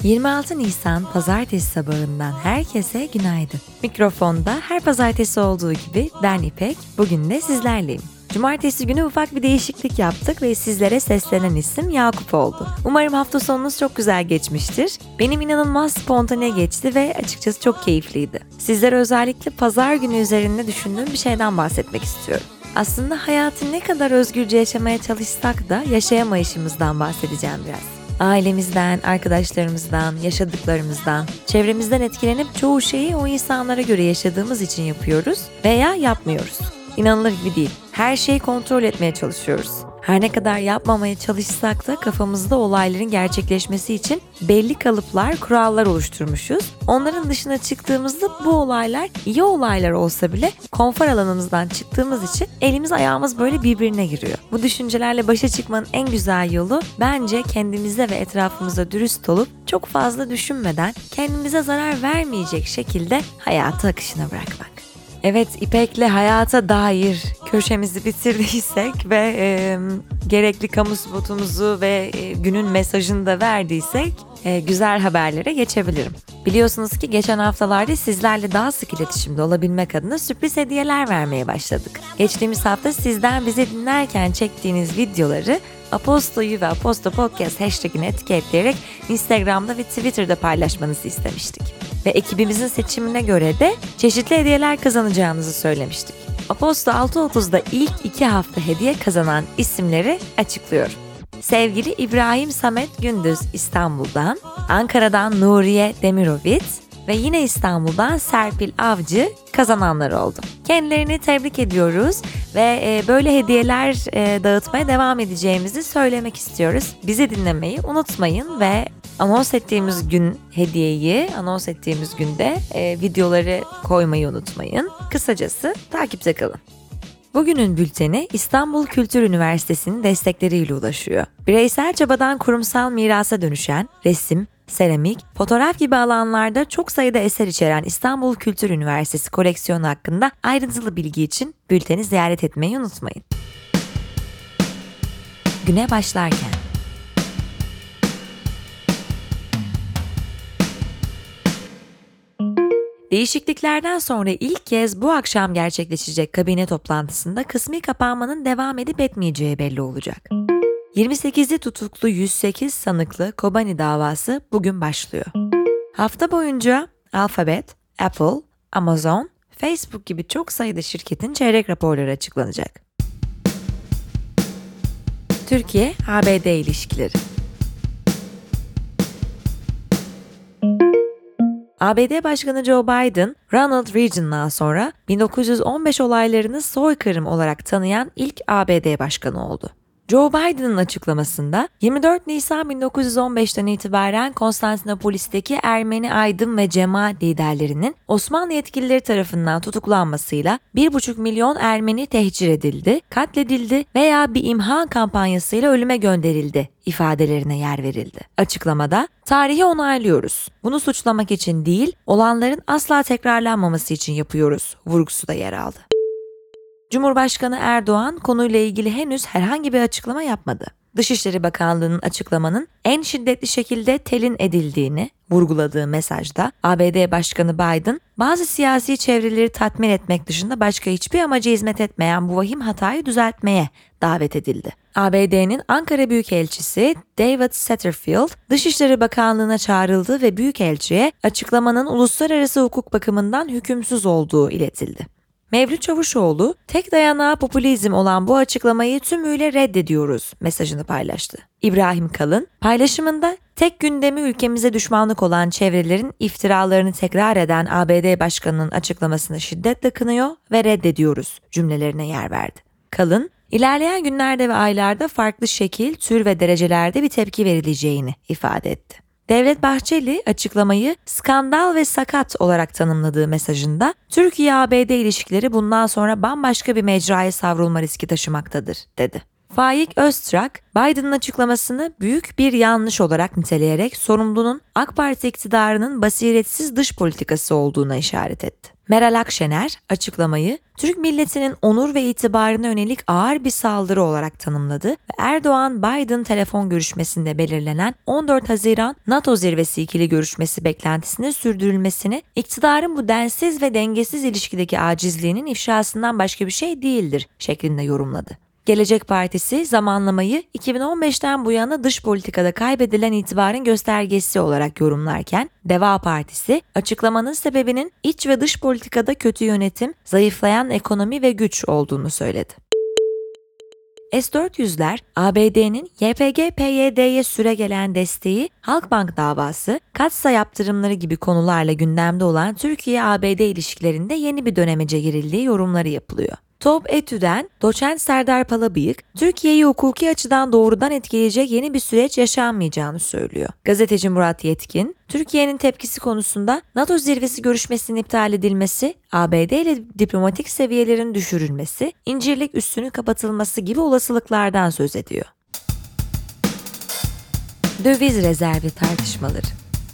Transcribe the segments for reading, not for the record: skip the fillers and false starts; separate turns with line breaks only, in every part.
26 Nisan Pazartesi sabahından herkese günaydın. Mikrofonda her pazartesi olduğu gibi ben İpek, bugün de sizlerleyim. Cumartesi günü ufak bir değişiklik yaptık ve sizlere seslenen isim Yakup oldu. Umarım hafta sonunuz çok güzel geçmiştir. Benim inanılmaz spontane geçti ve açıkçası çok keyifliydi. Sizlere özellikle pazar günü üzerinde düşündüğüm bir şeyden bahsetmek istiyorum. Aslında hayatı ne kadar özgürce yaşamaya çalışsak da yaşayamayışımızdan bahsedeceğim biraz. Ailemizden, arkadaşlarımızdan, yaşadıklarımızdan, çevremizden etkilenip çoğu şeyi o insanlara göre yaşadığımız için yapıyoruz veya yapmıyoruz. İnanılır gibi değil. Her şeyi kontrol etmeye çalışıyoruz. Her ne kadar yapmamaya çalışsak da kafamızda olayların gerçekleşmesi için belli kalıplar, kurallar oluşturmuşuz. Onların dışına çıktığımızda bu olaylar iyi olaylar olsa bile konfor alanımızdan çıktığımız için elimiz ayağımız böyle birbirine giriyor. Bu düşüncelerle başa çıkmanın en güzel yolu bence kendimize ve etrafımıza dürüst olup çok fazla düşünmeden kendimize zarar vermeyecek şekilde hayatı akışına bırakmak. Evet, İpek'le hayata dair köşemizi bitirdiysek ve gerekli kamu spotumuzu ve günün mesajını da verdiysek güzel haberlere geçebilirim. Biliyorsunuz ki geçen haftalarda sizlerle daha sık iletişimde olabilmek adına sürpriz hediyeler vermeye başladık. Geçtiğimiz hafta sizden bizi dinlerken çektiğiniz videoları Aposto'yu ve Aposto Podcast hashtagini etiketleyerek Instagram'da ve Twitter'da paylaşmanızı istemiştik. Ve ekibimizin seçimine göre de çeşitli hediyeler kazanacağınızı söylemiştik. Aposto 6.30'da ilk 2 hafta hediye kazanan isimleri açıklıyorum. Sevgili İbrahim Samet Gündüz İstanbul'dan, Ankara'dan Nuriye Demirovit ve yine İstanbul'dan Serpil Avcı kazananlar oldu. Kendilerini tebrik ediyoruz ve böyle hediyeler dağıtmaya devam edeceğimizi söylemek istiyoruz. Bizi dinlemeyi unutmayın ve anons ettiğimiz gün hediyeyi, anons ettiğimiz günde videoları koymayı unutmayın. Kısacası takipte kalın. Bugünün bülteni İstanbul Kültür Üniversitesi'nin destekleriyle ulaşıyor. Bireysel çabadan kurumsal mirasa dönüşen resim, seramik, fotoğraf gibi alanlarda çok sayıda eser içeren İstanbul Kültür Üniversitesi koleksiyonu hakkında ayrıntılı bilgi için bülteni ziyaret etmeyi unutmayın. Güne başlarken. Değişikliklerden sonra ilk kez bu akşam gerçekleşecek kabine toplantısında kısmi kapanmanın devam edip etmeyeceği belli olacak. 28'li tutuklu 108 sanıklı Kobani davası bugün başlıyor. Hafta boyunca Alphabet, Apple, Amazon, Facebook gibi çok sayıda şirketin çeyrek raporları açıklanacak. Türkiye-ABD ilişkileri. ABD Başkanı Joe Biden, Ronald Reagan'dan sonra 1915 olaylarını soykırım olarak tanıyan ilk ABD Başkanı oldu. Joe Biden'ın açıklamasında 24 Nisan 1915'ten itibaren Konstantinopolis'teki Ermeni aydın ve cemaat liderlerinin Osmanlı yetkilileri tarafından tutuklanmasıyla 1,5 milyon Ermeni tehcir edildi, katledildi veya bir imha kampanyasıyla ölüme gönderildi ifadelerine yer verildi. Açıklamada, tarihi onaylıyoruz. Bunu suçlamak için değil, olanların asla tekrarlanmaması için yapıyoruz vurgusu da yer aldı. Cumhurbaşkanı Erdoğan konuyla ilgili henüz herhangi bir açıklama yapmadı. Dışişleri Bakanlığı'nın açıklamanın en şiddetli şekilde telin edildiğini vurguladığı mesajda ABD Başkanı Biden, bazı siyasi çevreleri tatmin etmek dışında başka hiçbir amaca hizmet etmeyen bu vahim hatayı düzeltmeye davet edildi. ABD'nin Ankara Büyükelçisi David Satterfield, Dışişleri Bakanlığı'na çağrıldı ve Büyükelçi'ye açıklamanın uluslararası hukuk bakımından hükümsüz olduğu iletildi. Mevlüt Çavuşoğlu, tek dayanağı popülizm olan bu açıklamayı tümüyle reddediyoruz mesajını paylaştı. İbrahim Kalın, paylaşımında tek gündemi ülkemize düşmanlık olan çevrelerin iftiralarını tekrar eden ABD Başkanı'nın açıklamasını şiddetle kınıyor ve reddediyoruz cümlelerine yer verdi. Kalın, ilerleyen günlerde ve aylarda farklı şekil, tür ve derecelerde bir tepki verileceğini ifade etti. Devlet Bahçeli açıklamayı skandal ve sakat olarak tanımladığı mesajında Türkiye-ABD ilişkileri bundan sonra bambaşka bir mecraya savrulma riski taşımaktadır, dedi. Faik Öztürk, Biden'ın açıklamasını büyük bir yanlış olarak niteleyerek sorumlunun AK Parti iktidarının basiretsiz dış politikası olduğuna işaret etti. Meral Akşener açıklamayı Türk milletinin onur ve itibarına yönelik ağır bir saldırı olarak tanımladı ve Erdoğan-Biden telefon görüşmesinde belirlenen 14 Haziran NATO zirvesi ikili görüşmesi beklentisinin sürdürülmesini iktidarın bu densiz ve dengesiz ilişkideki acizliğinin ifşasından başka bir şey değildir şeklinde yorumladı. Gelecek Partisi zamanlamayı 2015'ten bu yana dış politikada kaybedilen itibarın göstergesi olarak yorumlarken, Deva Partisi açıklamanın sebebinin iç ve dış politikada kötü yönetim, zayıflayan ekonomi ve güç olduğunu söyledi. S-400'ler, ABD'nin YPG-PYD'ye süregelen desteği, Halkbank davası, Katsa yaptırımları gibi konularla gündemde olan Türkiye-ABD ilişkilerinde yeni bir dönemece girildiği yorumları yapılıyor. TOB Etü'den doçent Serdar Palabıyık, Türkiye'yi hukuki açıdan doğrudan etkileyecek yeni bir süreç yaşanmayacağını söylüyor. Gazeteci Murat Yetkin, Türkiye'nin tepkisi konusunda NATO zirvesi görüşmesinin iptal edilmesi, ABD ile diplomatik seviyelerin düşürülmesi, incirlik üssünün kapatılması gibi olasılıklardan söz ediyor. Döviz rezervi tartışmaları.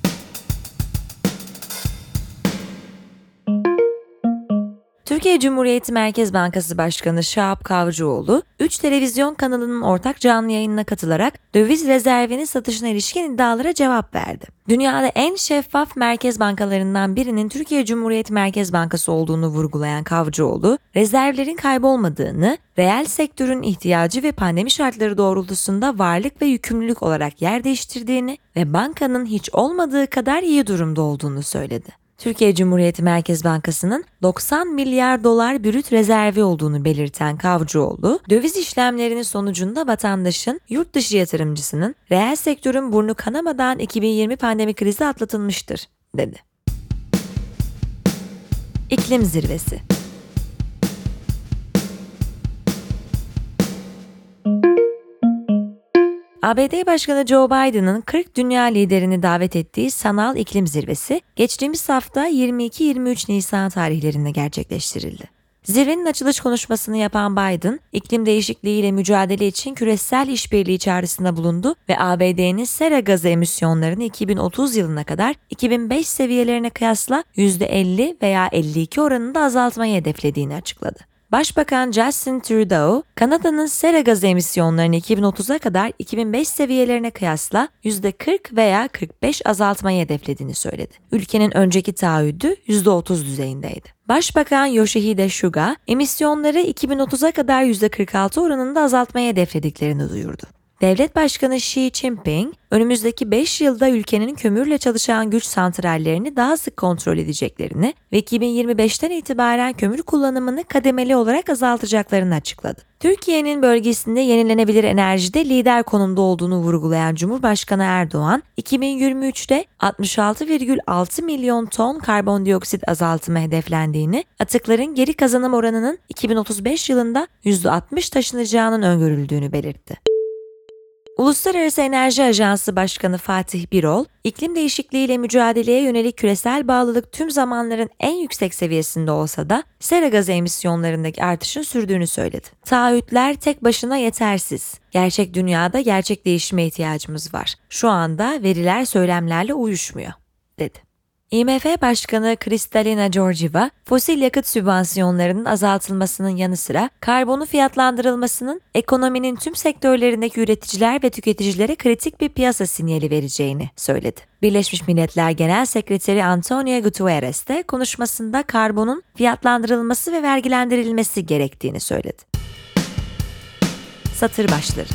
Türkiye Cumhuriyeti Merkez Bankası Başkanı Şahap Kavcıoğlu, 3 televizyon kanalının ortak canlı yayınına katılarak döviz rezervinin satışına ilişkin iddialara cevap verdi. Dünyada en şeffaf merkez bankalarından birinin Türkiye Cumhuriyeti Merkez Bankası olduğunu vurgulayan Kavcıoğlu, rezervlerin kaybolmadığını, reel sektörün ihtiyacı ve pandemi şartları doğrultusunda varlık ve yükümlülük olarak yer değiştirdiğini ve bankanın hiç olmadığı kadar iyi durumda olduğunu söyledi. Türkiye Cumhuriyeti Merkez Bankası'nın 90 milyar dolar brüt rezervi olduğunu belirten Kavcıoğlu, döviz işlemlerinin sonucunda vatandaşın, yurt dışı yatırımcısının, reel sektörün burnu kanamadan 2020 pandemi krizi atlatılmıştır, dedi. İklim zirvesi. ABD Başkanı Joe Biden'ın 40 dünya liderini davet ettiği sanal iklim zirvesi geçtiğimiz hafta 22-23 Nisan tarihlerinde gerçekleştirildi. Zirvenin açılış konuşmasını yapan Biden, iklim değişikliğiyle mücadele için küresel işbirliği çağrısında bulundu ve ABD'nin sera gazı emisyonlarını 2030 yılına kadar 2005 seviyelerine kıyasla %50 veya 52 oranında azaltmayı hedeflediğini açıkladı. Başbakan Justin Trudeau, Kanada'nın sera gazı emisyonlarını 2030'a kadar 2005 seviyelerine kıyasla %40 veya 45 azaltmayı hedeflediğini söyledi. Ülkenin önceki taahhüdü %30 düzeyindeydi. Başbakan Yoshihide Suga, emisyonları 2030'a kadar %46 oranında azaltmayı hedeflediklerini duyurdu. Devlet Başkanı Xi Jinping, önümüzdeki 5 yılda ülkenin kömürle çalışan güç santrallerini daha sık kontrol edeceklerini ve 2025'ten itibaren kömür kullanımını kademeli olarak azaltacaklarını açıkladı. Türkiye'nin bölgesinde yenilenebilir enerjide lider konumda olduğunu vurgulayan Cumhurbaşkanı Erdoğan, 2023'te 66,6 milyon ton karbondioksit azaltımı hedeflendiğini, atıkların geri kazanım oranının 2035 yılında %60 taşınacağının öngörüldüğünü belirtti. Uluslararası Enerji Ajansı Başkanı Fatih Birol, iklim değişikliğiyle mücadeleye yönelik küresel bağlılık tüm zamanların en yüksek seviyesinde olsa da sera gazı emisyonlarındaki artışın sürdüğünü söyledi. Taahhütler tek başına yetersiz. Gerçek dünyada gerçek değişime ihtiyacımız var. Şu anda veriler söylemlerle uyuşmuyor, dedi. IMF Başkanı Kristalina Georgieva, fosil yakıt sübvansiyonlarının azaltılmasının yanı sıra karbonu fiyatlandırılmasının ekonominin tüm sektörlerindeki üreticiler ve tüketicilere kritik bir piyasa sinyali vereceğini söyledi. Birleşmiş Milletler Genel Sekreteri Antonio Guterres de konuşmasında karbonun fiyatlandırılması ve vergilendirilmesi gerektiğini söyledi. Satır başları.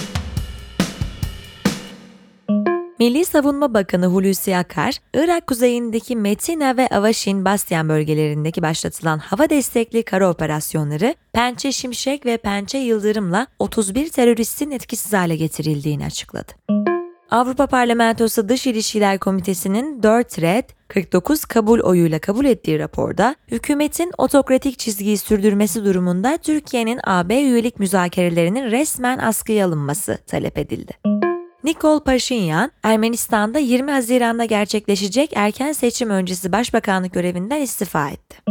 Milli Savunma Bakanı Hulusi Akar, Irak kuzeyindeki Metina ve Avaşin Bastion bölgelerindeki başlatılan hava destekli kara operasyonları, Pençe Şimşek ve Pençe Yıldırım'la 31 teröristin etkisiz hale getirildiğini açıkladı. Avrupa Parlamentosu Dış İlişkiler Komitesi'nin 4 red, 49 kabul oyuyla kabul ettiği raporda, hükümetin otokratik çizgiyi sürdürmesi durumunda Türkiye'nin AB üyelik müzakerelerinin resmen askıya alınması talep edildi. Nikol Paşinyan, Ermenistan'da 20 Haziran'da gerçekleşecek erken seçim öncesi başbakanlık görevinden istifa etti.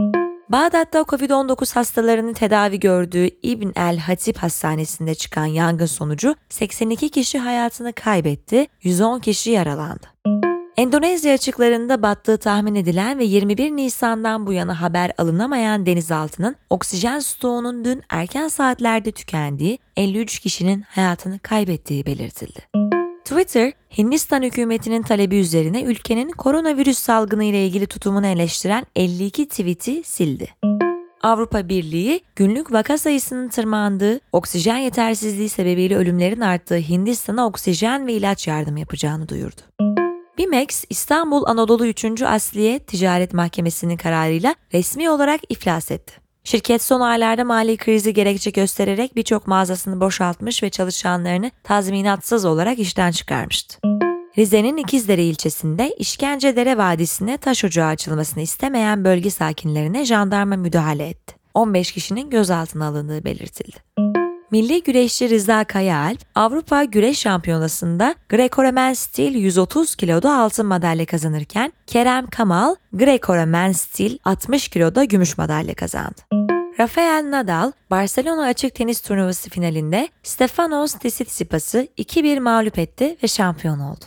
Bağdat'ta Covid-19 hastalarının tedavi gördüğü İbn el-Hatip Hastanesi'nde çıkan yangın sonucu 82 kişi hayatını kaybetti, 110 kişi yaralandı. Endonezya açıklarında battığı tahmin edilen ve 21 Nisan'dan bu yana haber alınamayan denizaltının oksijen stoğunun dün erken saatlerde tükendiği, 53 kişinin hayatını kaybettiği belirtildi. Twitter, Hindistan hükümetinin talebi üzerine ülkenin koronavirüs salgını ile ilgili tutumunu eleştiren 52 tweet'i sildi. Avrupa Birliği, günlük vaka sayısının tırmandığı, oksijen yetersizliği sebebiyle ölümlerin arttığı Hindistan'a oksijen ve ilaç yardımı yapacağını duyurdu. BİMEX, İstanbul Anadolu 3. Asliye Ticaret Mahkemesi'nin kararıyla resmi olarak iflas etti. Şirket son aylarda mali krizi gerekçe göstererek birçok mağazasını boşaltmış ve çalışanlarını tazminatsız olarak işten çıkarmıştı. Rize'nin İkizdere ilçesinde İşkencedere Vadisi'ne taş ocağı açılmasını istemeyen bölge sakinlerine jandarma müdahale etti. 15 kişinin gözaltına alındığı belirtildi. Milli güreşçi Rıza Kayaalp, Avrupa Güreş Şampiyonası'nda Greco-Romen stil 130 kiloda altın madalya kazanırken Kerem Kamal, Greco-Romen stil 60 kiloda gümüş madalya kazandı. Rafael Nadal, Barcelona Açık Tenis Turnuvası finalinde Stefanos Tsitsipas'ı 2-1 mağlup etti ve şampiyon oldu.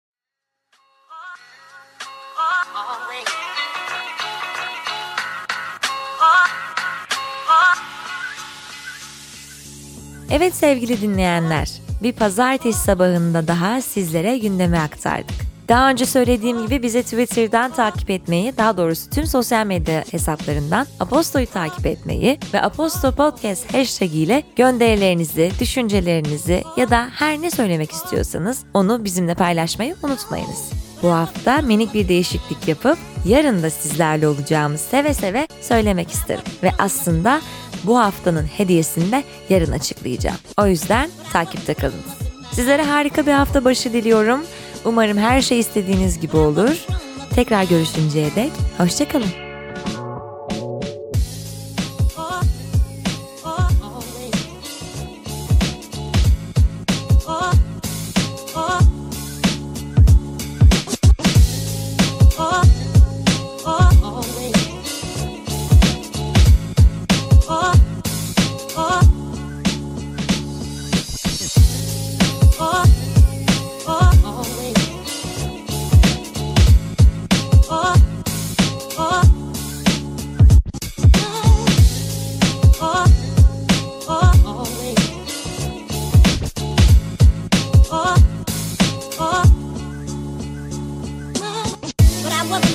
Evet sevgili dinleyenler, bir pazartesi sabahında daha sizlere gündemi aktardık. Daha önce söylediğim gibi bizi Twitter'dan takip etmeyi, daha doğrusu tüm sosyal medya hesaplarından Aposto'yu takip etmeyi ve Aposto Podcast hashtag ile gönderilerinizi, düşüncelerinizi ya da her ne söylemek istiyorsanız onu bizimle paylaşmayı unutmayınız. Bu hafta minik bir değişiklik yapıp yarın da sizlerle olacağımı seve seve söylemek isterim. Ve aslında bu haftanın hediyesini de yarın açıklayacağım. O yüzden takipte kalın. Sizlere harika bir hafta başı diliyorum. Umarım her şey istediğiniz gibi olur. Tekrar görüşünceye dek hoşça kalın.